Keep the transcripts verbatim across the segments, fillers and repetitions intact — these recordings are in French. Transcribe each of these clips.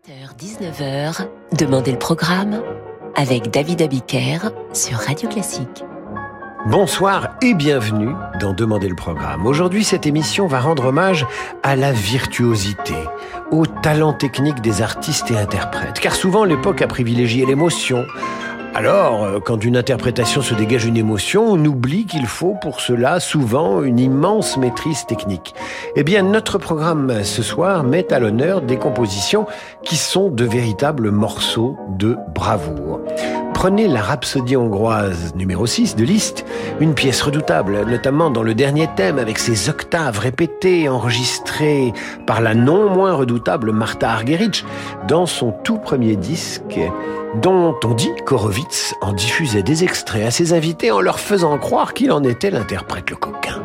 dix-huit heures dix-neuf heures, Demandez le programme avec David Abiker sur Radio Classique. Bonsoir et bienvenue dans Demandez le programme. Aujourd'hui, cette émission va rendre hommage à la virtuosité, au talent technique des artistes et interprètes. Car souvent, l'époque a privilégié l'émotion. Alors, quand d'une interprétation se dégage une émotion, on oublie qu'il faut pour cela souvent une immense maîtrise technique. Eh bien, notre programme ce soir met à l'honneur des compositions qui sont de véritables morceaux de bravoure. Prenez la Rhapsodie hongroise numéro six de Liszt, une pièce redoutable, notamment dans le dernier thème avec ses octaves répétées enregistrées par la non moins redoutable Martha Argerich dans son tout premier disque, dont on dit qu'Horowitz en diffusait des extraits à ses invités en leur faisant croire qu'il en était l'interprète le coquin.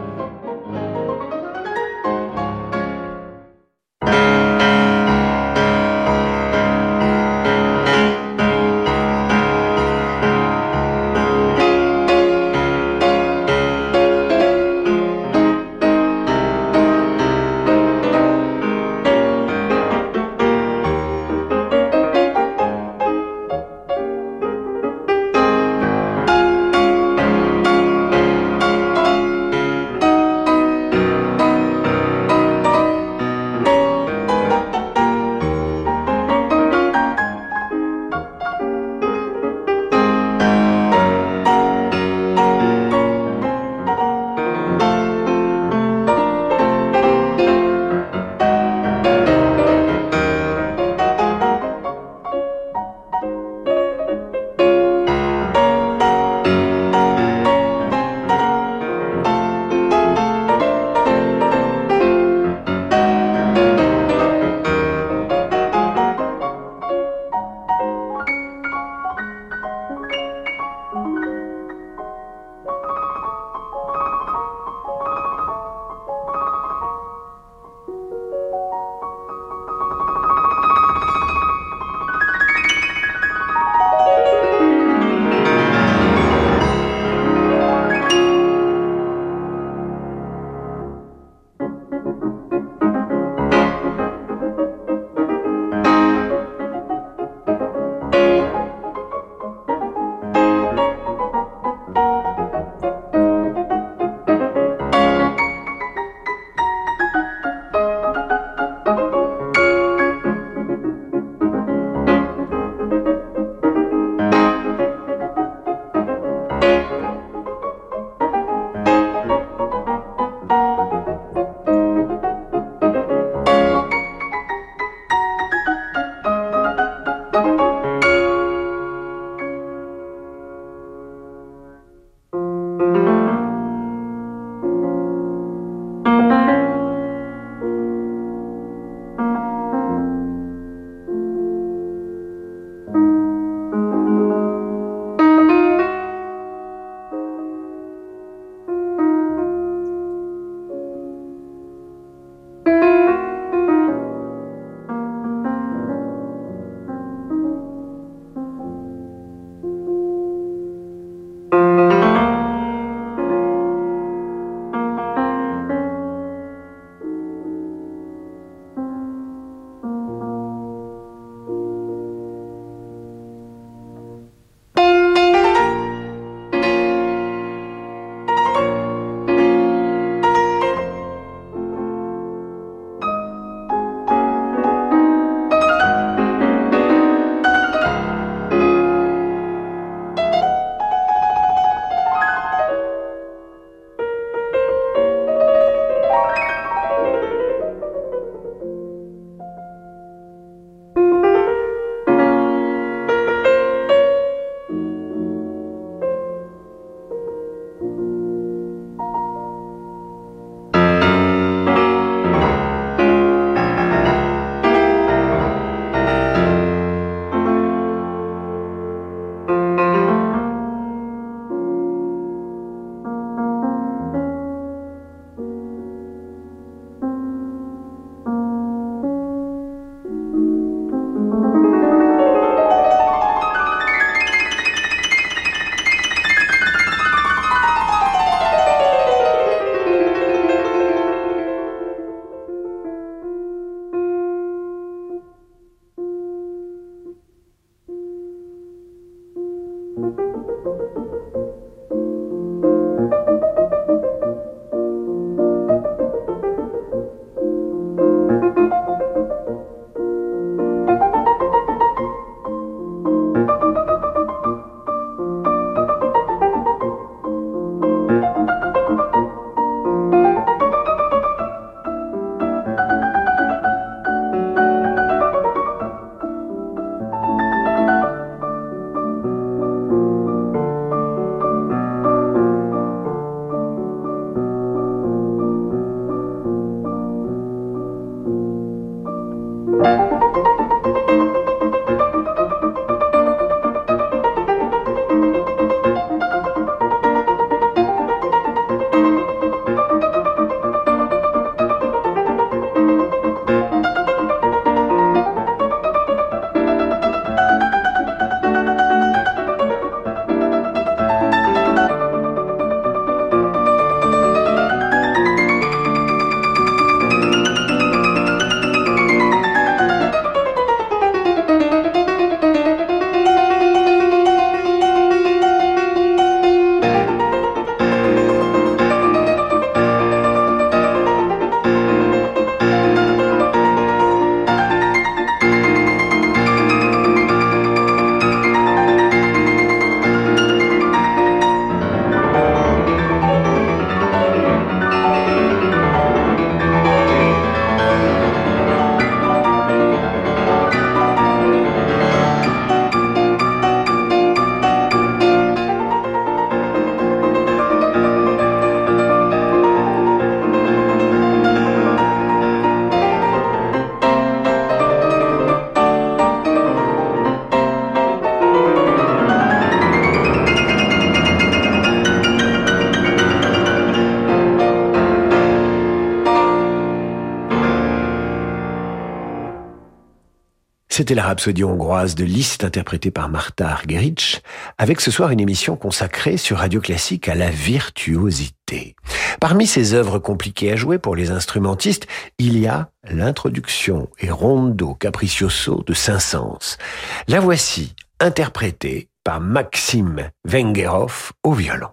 C'était la Rhapsodie hongroise de Liszt interprétée par Martha Argerich, avec ce soir une émission consacrée sur Radio Classique à la virtuosité. Parmi ces œuvres compliquées à jouer pour les instrumentistes, il y a l'introduction et rondo capriccioso de Saint-Saëns. La voici interprétée par Maxime Vengerov au violon.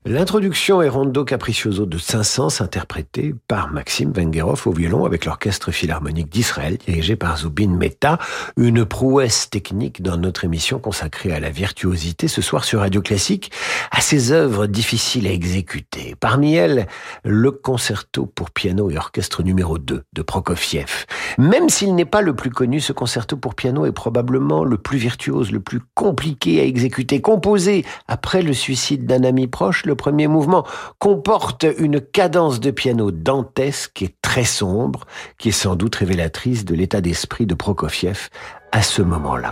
L'introduction est Rondo Capriccioso de Saint-Saëns, interprété par Maxime Vengerov au violon avec l'Orchestre Philharmonique d'Israël, dirigé par Zubin Mehta. Une prouesse technique dans notre émission consacrée à la virtuosité ce soir sur Radio Classique, à ces œuvres difficiles à exécuter. Parmi elles, le concerto pour piano et orchestre numéro deux de Prokofiev. Même s'il n'est pas le plus connu, ce concerto pour piano est probablement le plus virtuose, le plus compliqué à exécuter. Composé après le suicide d'un ami proche, le premier mouvement comporte une cadence de piano dantesque et très sombre, qui est sans doute révélatrice de l'état d'esprit de Prokofiev à ce moment-là.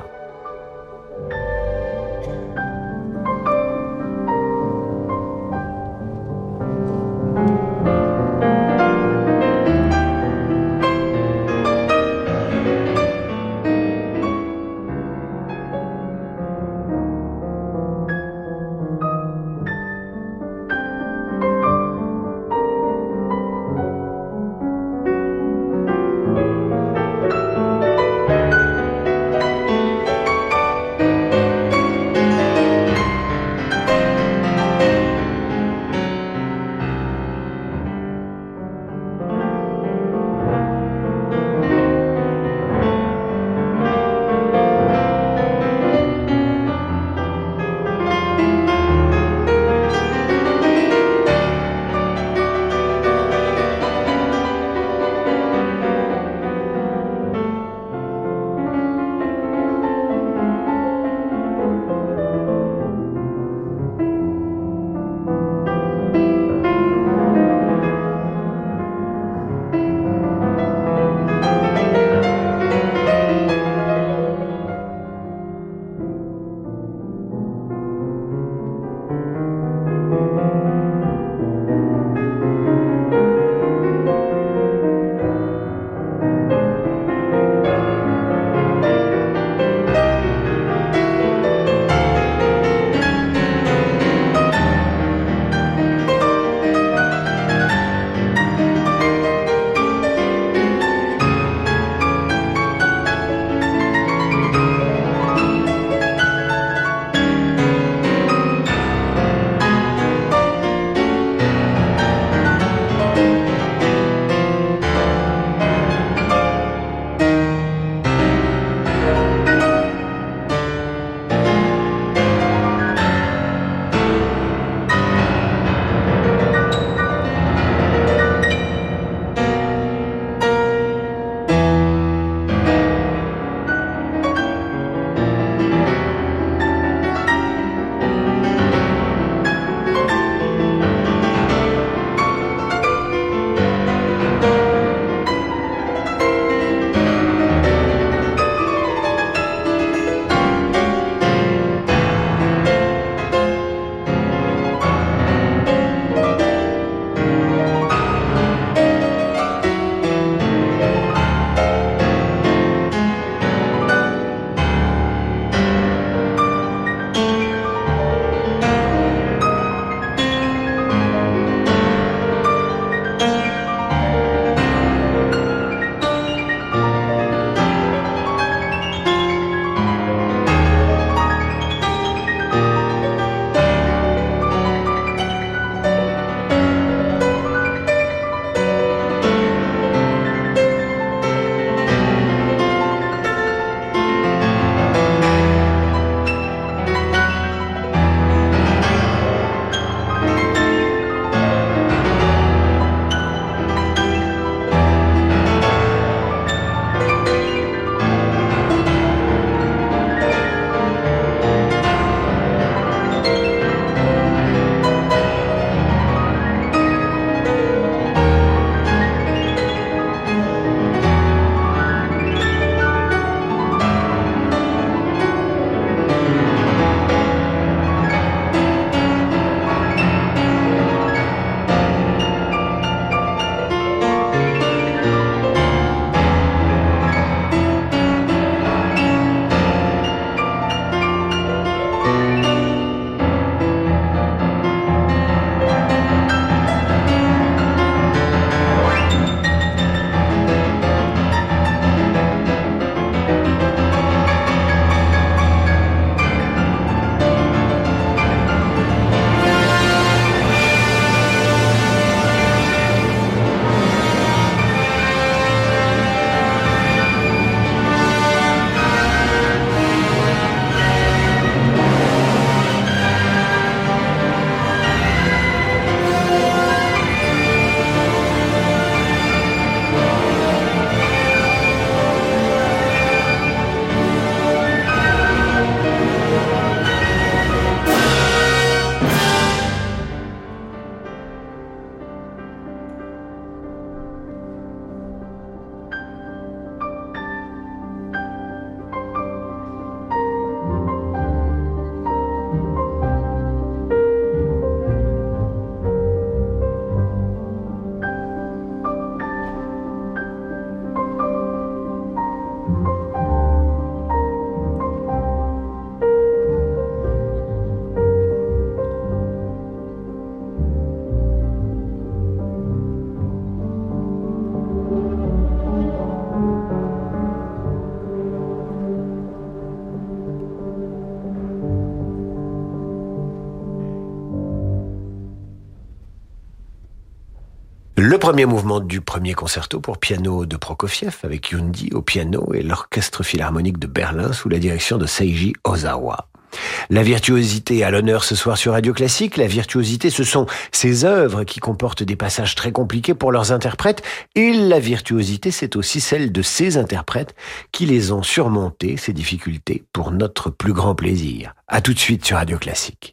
Le premier mouvement du premier concerto pour piano de Prokofiev avec Yundi au piano et l'Orchestre Philharmonique de Berlin sous la direction de Seiji Ozawa. La virtuosité à l'honneur ce soir sur Radio Classique. La virtuosité, ce sont ces œuvres qui comportent des passages très compliqués pour leurs interprètes. Et la virtuosité, c'est aussi celle de ces interprètes qui les ont surmontés, ces difficultés, pour notre plus grand plaisir. À tout de suite sur Radio Classique.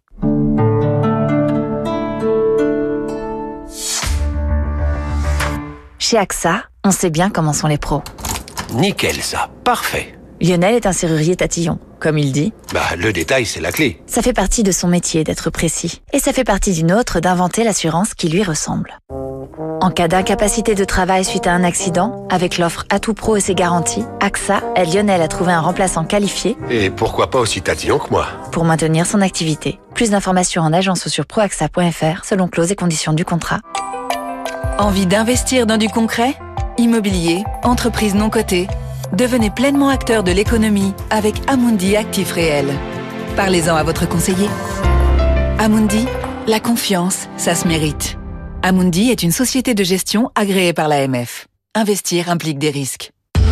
Chez A X A, on sait bien comment sont les pros. Nickel ça, parfait. Lionel est un serrurier tatillon, comme il dit. Bah, le détail, c'est la clé. Ça fait partie de son métier d'être précis. Et ça fait partie d'une autre d'inventer l'assurance qui lui ressemble. En cas d'incapacité de travail suite à un accident, avec l'offre Atout Pro et ses garanties, A X A aide Lionel à trouver un remplaçant qualifié. Et pourquoi pas aussi tatillon que moi. Pour maintenir son activité. Plus d'informations en agence ou sur proaxa point f r selon clauses et conditions du contrat. Envie d'investir dans du concret ? Immobilier, entreprise non cotée. Devenez pleinement acteur de l'économie avec Amundi Actifs Réels. Parlez-en à votre conseiller. Amundi, la confiance, ça se mérite. Amundi est une société de gestion agréée par l'A M F. Investir implique des risques.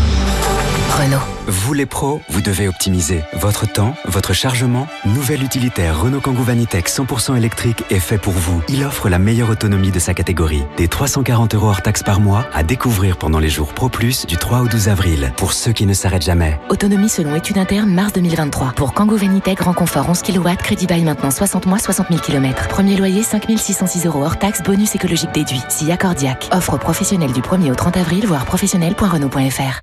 Renault. Vous les pros, vous devez optimiser votre temps, votre chargement. Nouvel utilitaire Renault Kangoo Vanitech cent pour cent électrique est fait pour vous. Il offre la meilleure autonomie de sa catégorie. Des trois cent quarante euros hors taxes par mois à découvrir pendant les jours Pro Plus du trois au douze avril. Pour ceux qui ne s'arrêtent jamais. Autonomie selon étude interne mars deux mille vingt-trois. Pour Kangoo Vanitech, grand confort onze kilowatts, crédit bail maintenant soixante mois, soixante mille kilomètres. Premier loyer cinq mille six cent six euros hors taxes, bonus écologique déduit. S I A Cordiac. Offre professionnelle du premier au trente avril, voire professionnel point renault point f r.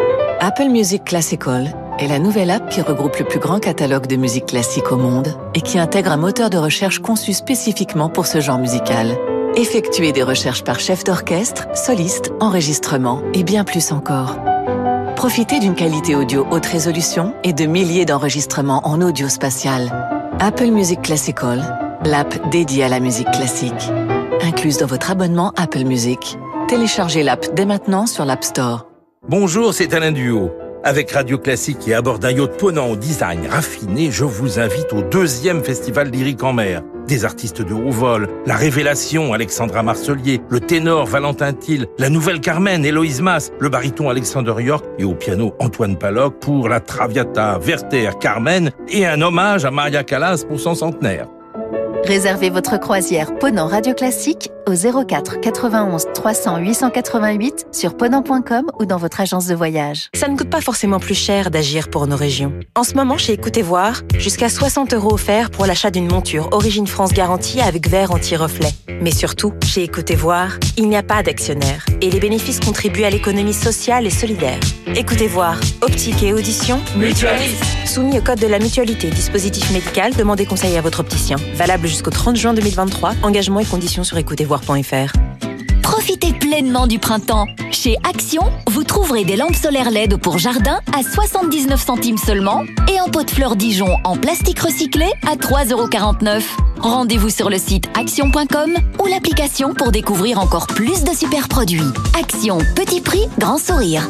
Apple Music Classical est la nouvelle app qui regroupe le plus grand catalogue de musique classique au monde et qui intègre un moteur de recherche conçu spécifiquement pour ce genre musical. Effectuez des recherches par chef d'orchestre, soliste, enregistrement et bien plus encore. Profitez d'une qualité audio haute résolution et de milliers d'enregistrements en audio spatial. Apple Music Classical, l'app dédiée à la musique classique. Incluse dans votre abonnement Apple Music. Téléchargez l'app dès maintenant sur l'App Store. Bonjour, c'est Alain Duhaut. Avec Radio Classique et à bord d'un yacht ponant au design raffiné, je vous invite au deuxième festival lyrique en mer. Des artistes de haut vol, la révélation Alexandra Marcelier, le ténor Valentin Thiel, la nouvelle Carmen Héloïse Mas, le baryton Alexander York et au piano Antoine Paloc pour la Traviata Werther Carmen et un hommage à Maria Callas pour son centenaire. Réservez votre croisière Ponant Radio Classique au zéro quatre quatre-vingt-onze trois cents huit cent quatre-vingt-huit sur ponant point com ou dans votre agence de voyage. Ça ne coûte pas forcément plus cher d'agir pour nos régions. En ce moment, chez Écoutez Voir, jusqu'à soixante euros offerts pour l'achat d'une monture Origine France garantie avec verre anti-reflet. Mais surtout, chez Écoutez Voir, il n'y a pas d'actionnaire et les bénéfices contribuent à l'économie sociale et solidaire. Écoutez Voir, optique et audition, mutualiste. Soumis au code de la mutualité, dispositif médical, demandez conseil à votre opticien. Valable jusqu'au trente juin deux mille vingt-trois. Engagement et conditions sur écoutez voir point f r. Profitez pleinement du printemps. Chez Action, vous trouverez des lampes solaires L E D pour jardin à soixante-dix-neuf centimes seulement et un pot de fleurs Dijon en plastique recyclé à trois euros quarante-neuf. Rendez-vous sur le site action point com ou l'application pour découvrir encore plus de super produits. Action, petit prix, grand sourire.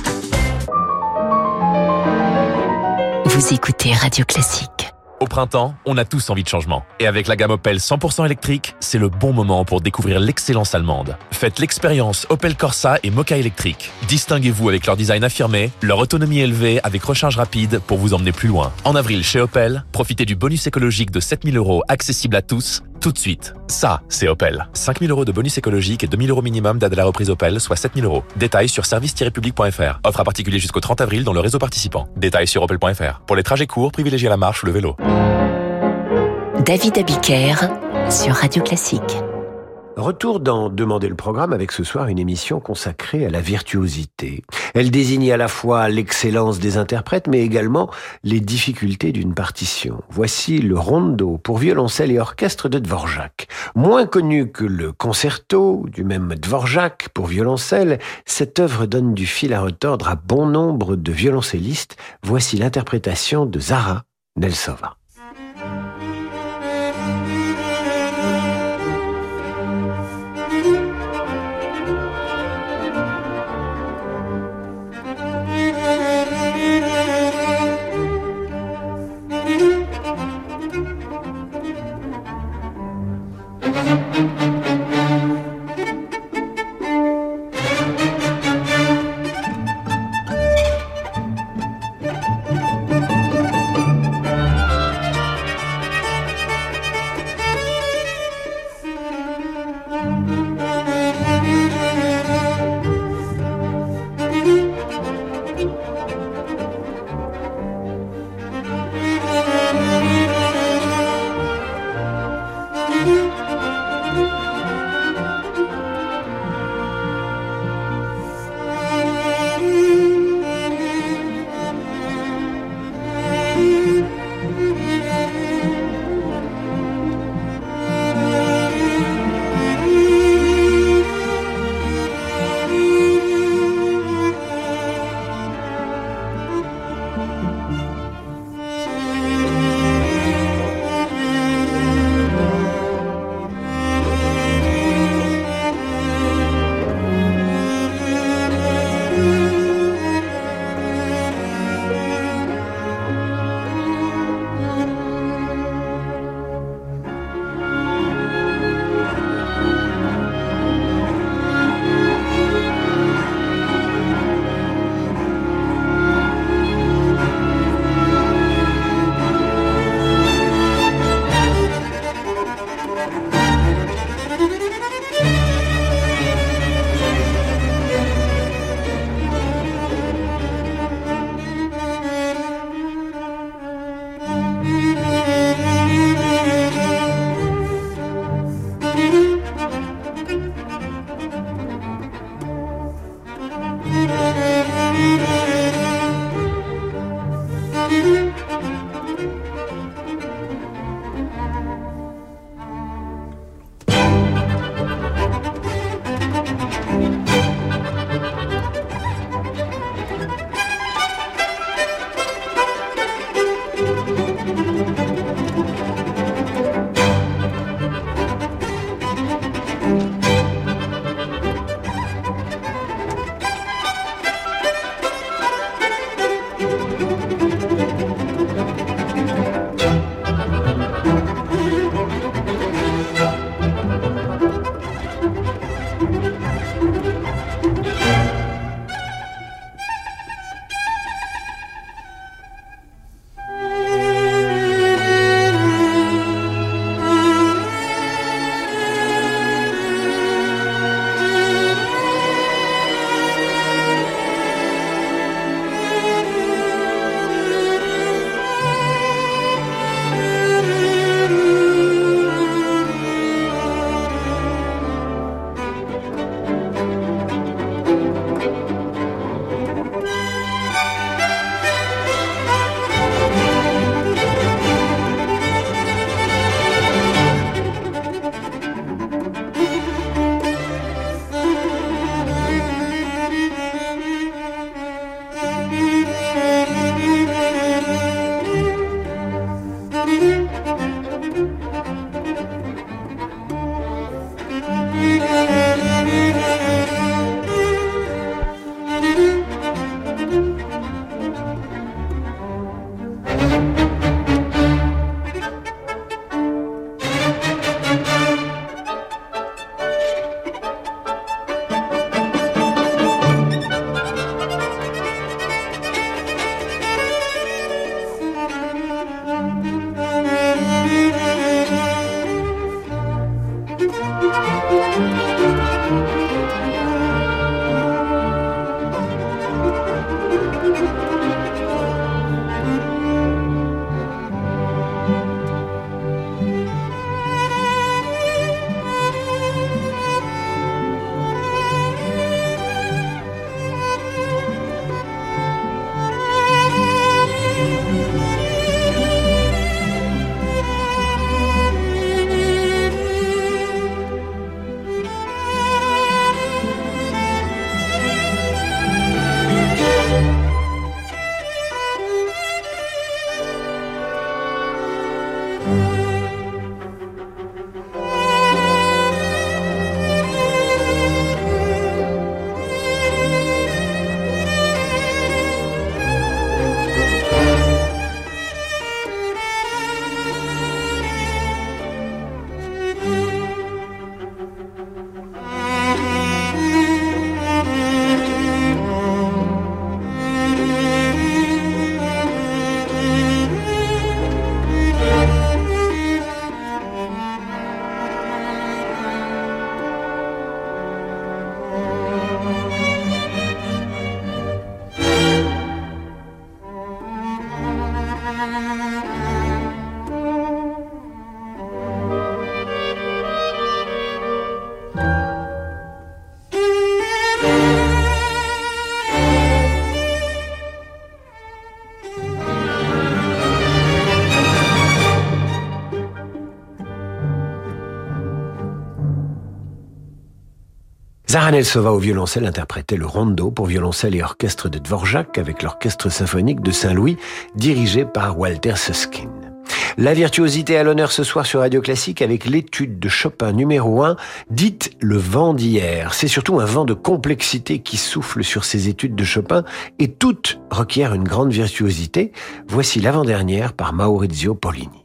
Vous écoutez Radio Classique. Au printemps, on a tous envie de changement. Et avec la gamme Opel cent pour cent électrique, c'est le bon moment pour découvrir l'excellence allemande. Faites l'expérience Opel Corsa et Mokka électrique. Distinguez-vous avec leur design affirmé, leur autonomie élevée avec recharge rapide pour vous emmener plus loin. En avril, chez Opel, profitez du bonus écologique de sept mille euros accessible à tous, tout de suite. Ça, c'est Opel. cinq mille euros de bonus écologique et deux mille euros minimum d'aide à la reprise Opel, soit sept mille euros. Détails sur service tiret public point f r. Offre à particulier jusqu'au trente avril dans le réseau participant. Détails sur opel point f r. Pour les trajets courts, privilégiez la marche ou le vélo. David Abiker sur Radio Classique. Retour dans Demandez le programme avec ce soir une émission consacrée à la virtuosité. Elle désigne à la fois l'excellence des interprètes mais également les difficultés d'une partition. Voici le rondo pour violoncelle et orchestre de Dvorak. Moins connu que le concerto du même Dvorak pour violoncelle, cette œuvre donne du fil à retordre à bon nombre de violoncellistes. Voici l'interprétation de Zara Nelsova. Zara Nelsova au violoncelle interprétait le rondo pour violoncelle et orchestre de Dvorak avec l'orchestre symphonique de Saint-Louis dirigé par Walter Susskind. La virtuosité à l'honneur ce soir sur Radio Classique avec l'étude de Chopin numéro un, dite le vent d'hier. C'est surtout un vent de complexité qui souffle sur ces études de Chopin et toutes requièrent une grande virtuosité. Voici l'avant-dernière par Maurizio Pollini.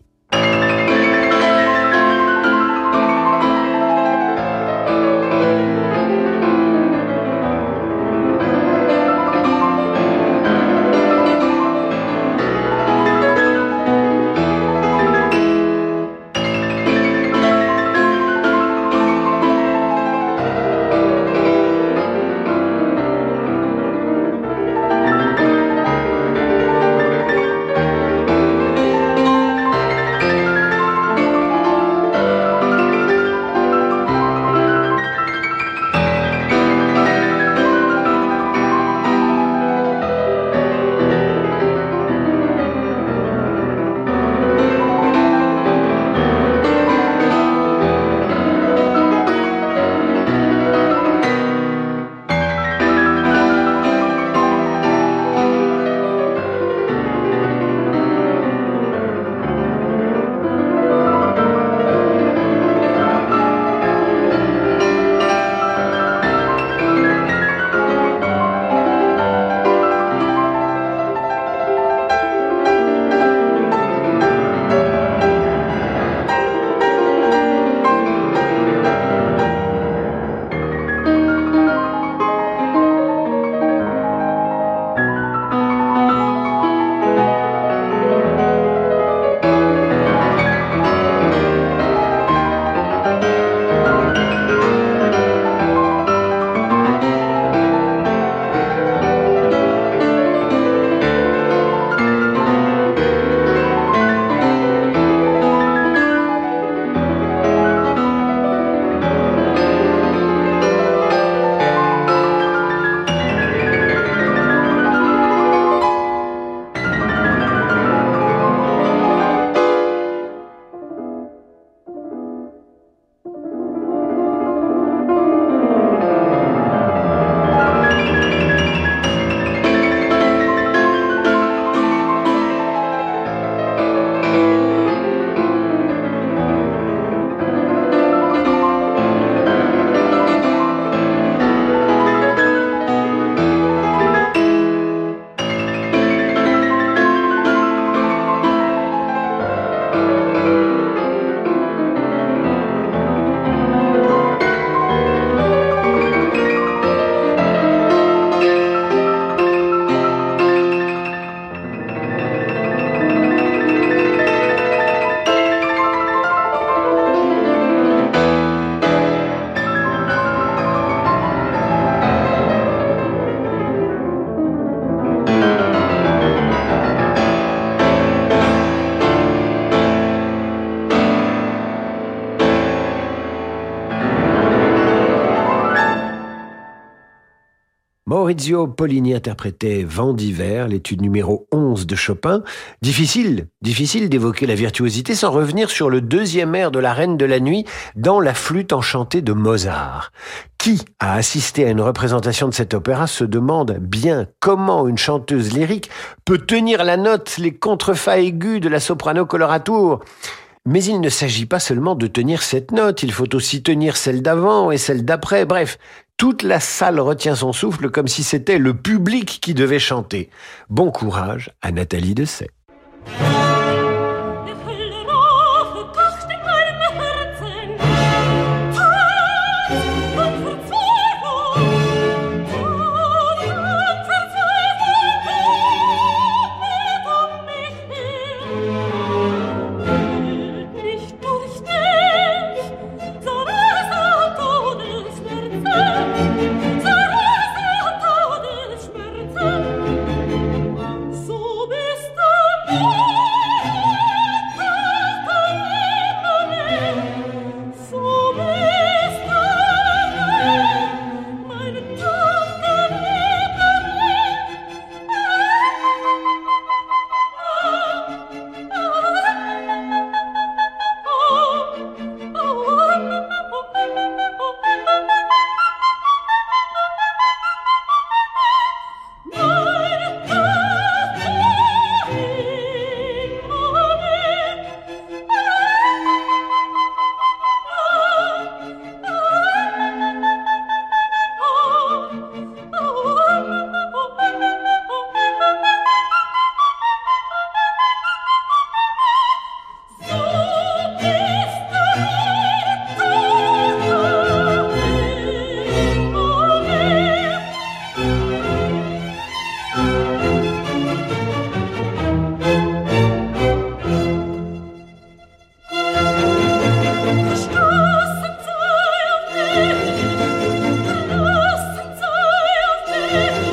Maurizio Pollini interprétait Vent d'hiver, l'étude numéro onze de Chopin. Difficile, difficile d'évoquer la virtuosité sans revenir sur le deuxième air de la Reine de la Nuit dans la flûte enchantée de Mozart. Qui a assisté à une représentation de cet opéra se demande bien comment une chanteuse lyrique peut tenir la note, les contrefa aigus de la soprano coloratour. Mais il ne s'agit pas seulement de tenir cette note, il faut aussi tenir celle d'avant et celle d'après, bref, toute la salle retient son souffle comme si c'était le public qui devait chanter. Bon courage à Nathalie Dessay. So bist du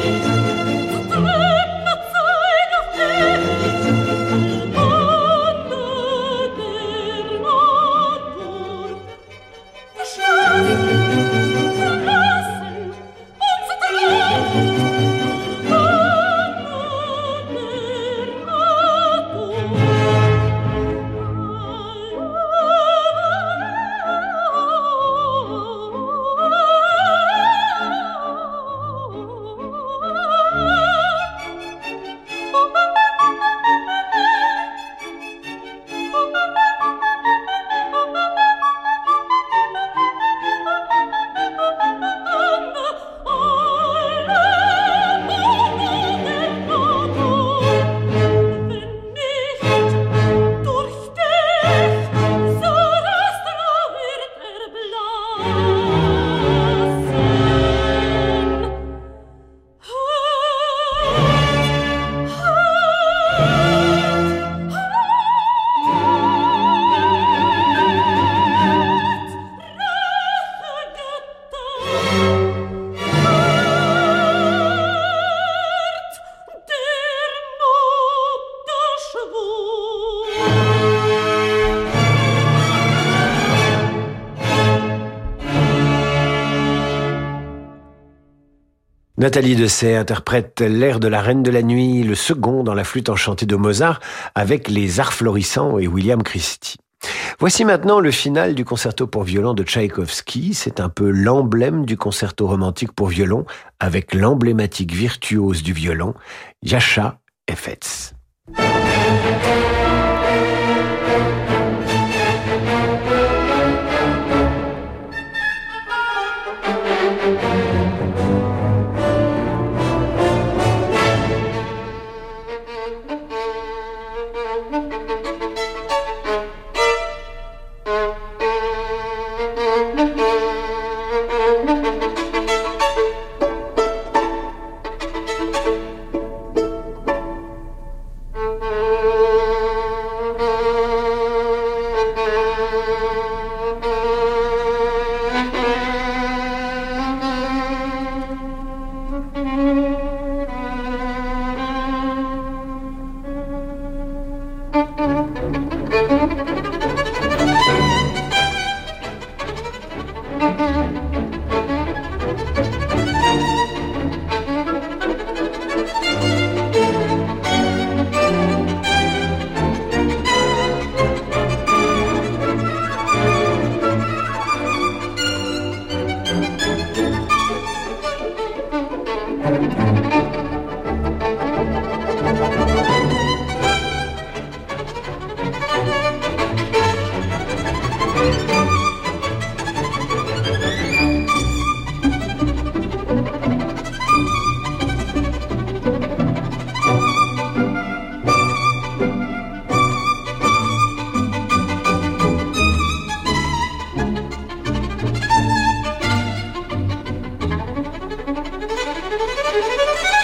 Nathalie Dessay interprète l'air de la Reine de la Nuit, le second dans la flûte enchantée de Mozart, avec les Arts Florissants et William Christie. Voici maintenant le final du concerto pour violon de Tchaïkovski. C'est un peu l'emblème du concerto romantique pour violon, avec l'emblématique virtuose du violon, Jascha Heifetz. Thank you.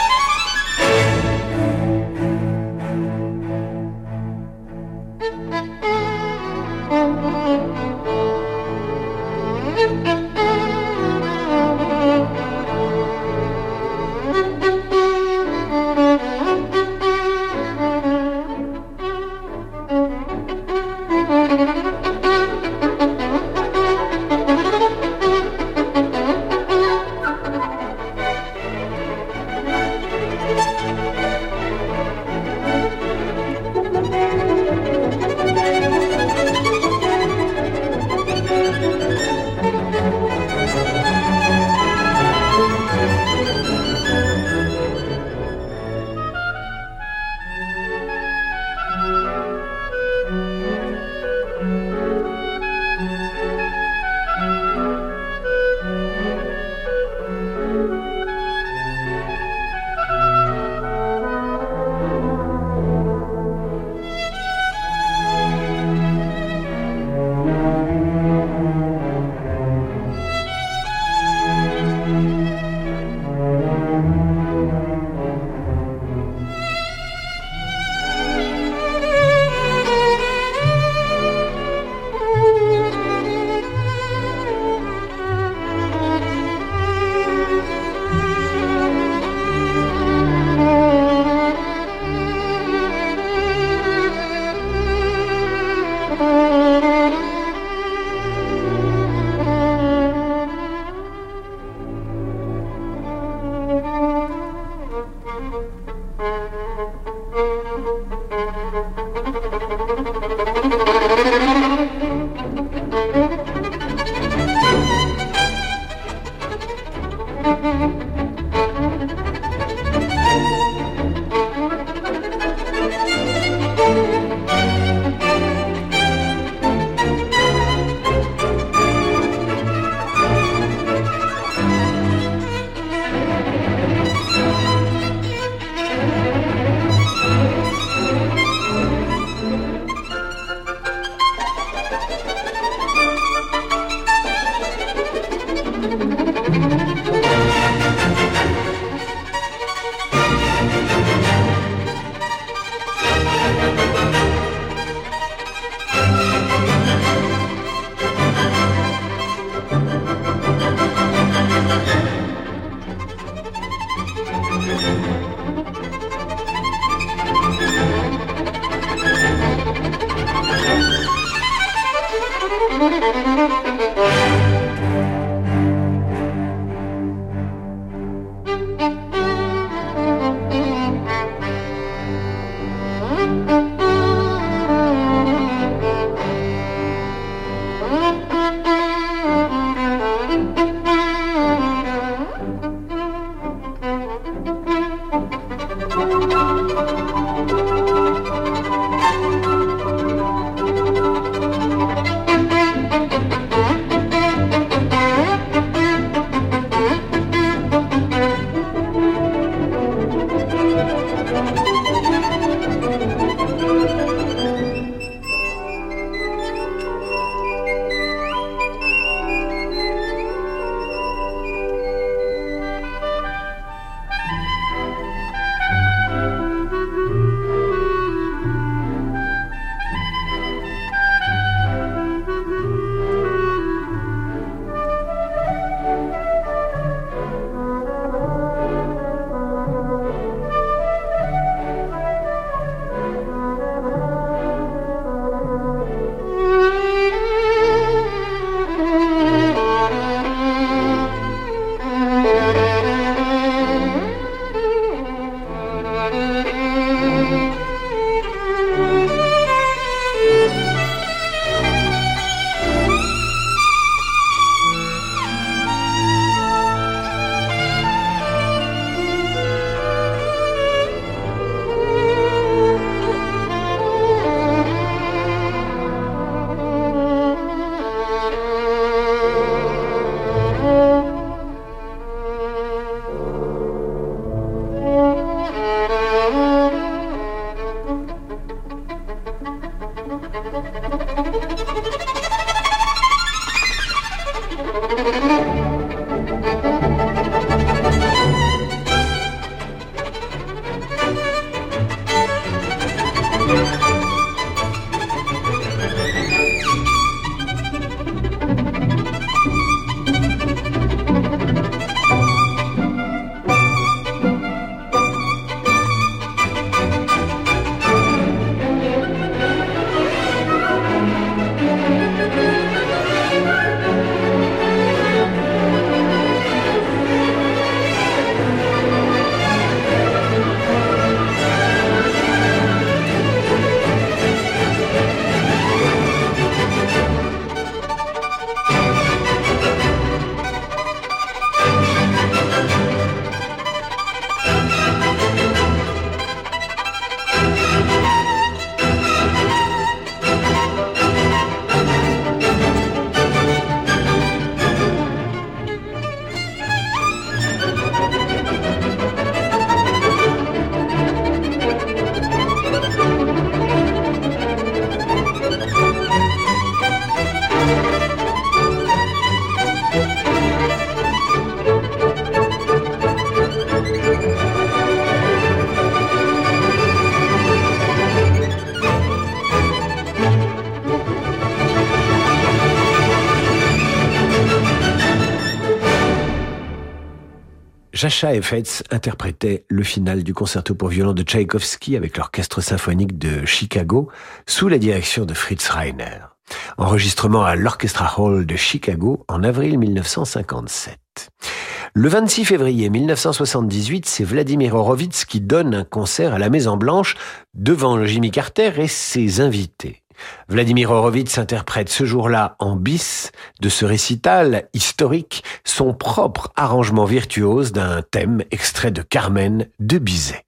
Jascha Heifetz interprétait le final du concerto pour violon de Tchaïkovski avec l'orchestre symphonique de Chicago sous la direction de Fritz Reiner. Enregistrement à l'Orchestra Hall de Chicago en avril mille neuf cent cinquante-sept. Le vingt-six février mille neuf cent soixante-dix-huit, c'est Vladimir Horowitz qui donne un concert à la Maison-Blanche devant Jimmy Carter et ses invités. Vladimir Horowitz interprète ce jour-là en bis de ce récital historique son propre arrangement virtuose d'un thème extrait de Carmen de Bizet.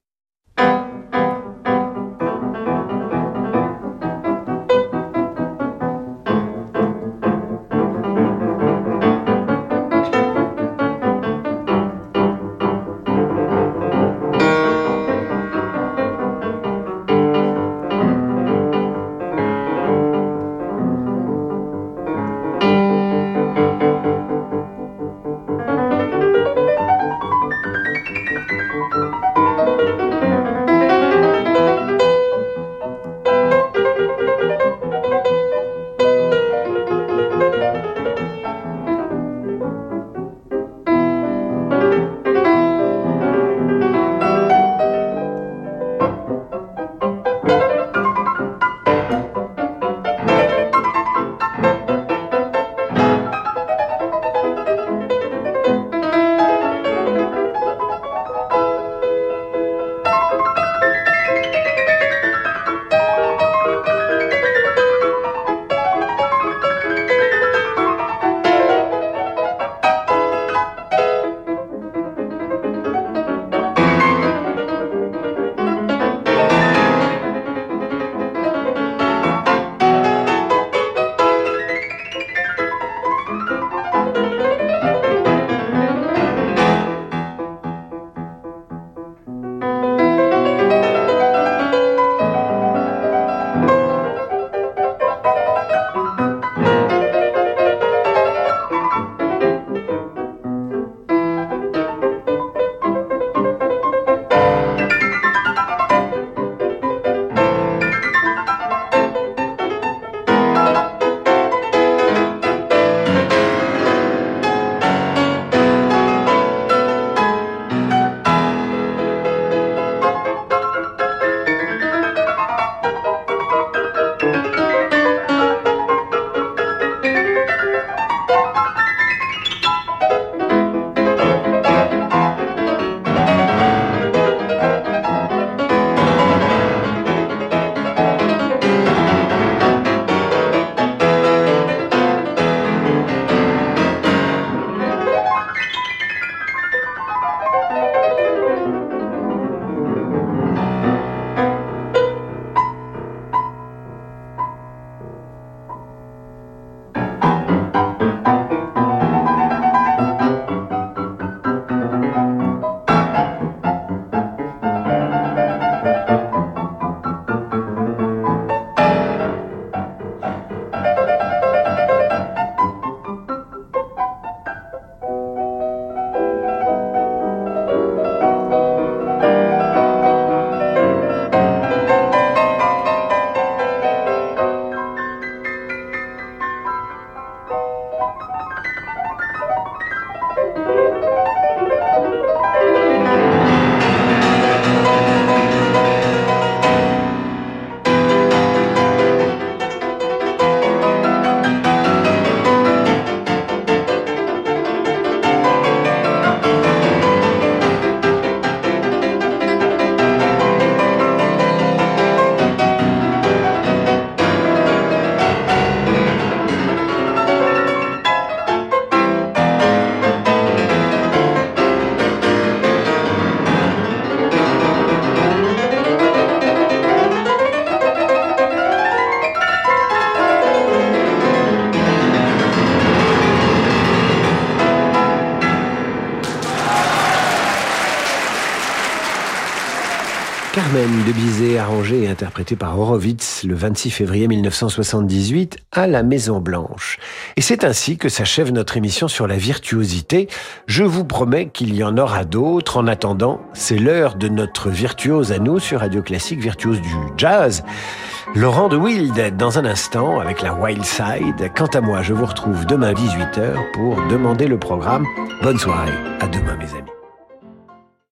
Carmen de Bizet, arrangée et interprétée par Horowitz le vingt-six février mille neuf cent soixante-dix-huit à la Maison-Blanche. Et c'est ainsi que s'achève notre émission sur la virtuosité. Je vous promets qu'il y en aura d'autres. En attendant, c'est l'heure de notre virtuose à nous sur Radio Classique, virtuose du jazz. Laurent de Wild, dans un instant, avec la Wild Side. Quant à moi, je vous retrouve demain à dix-huit heures pour demander le programme. Bonne soirée. À demain, mes amis.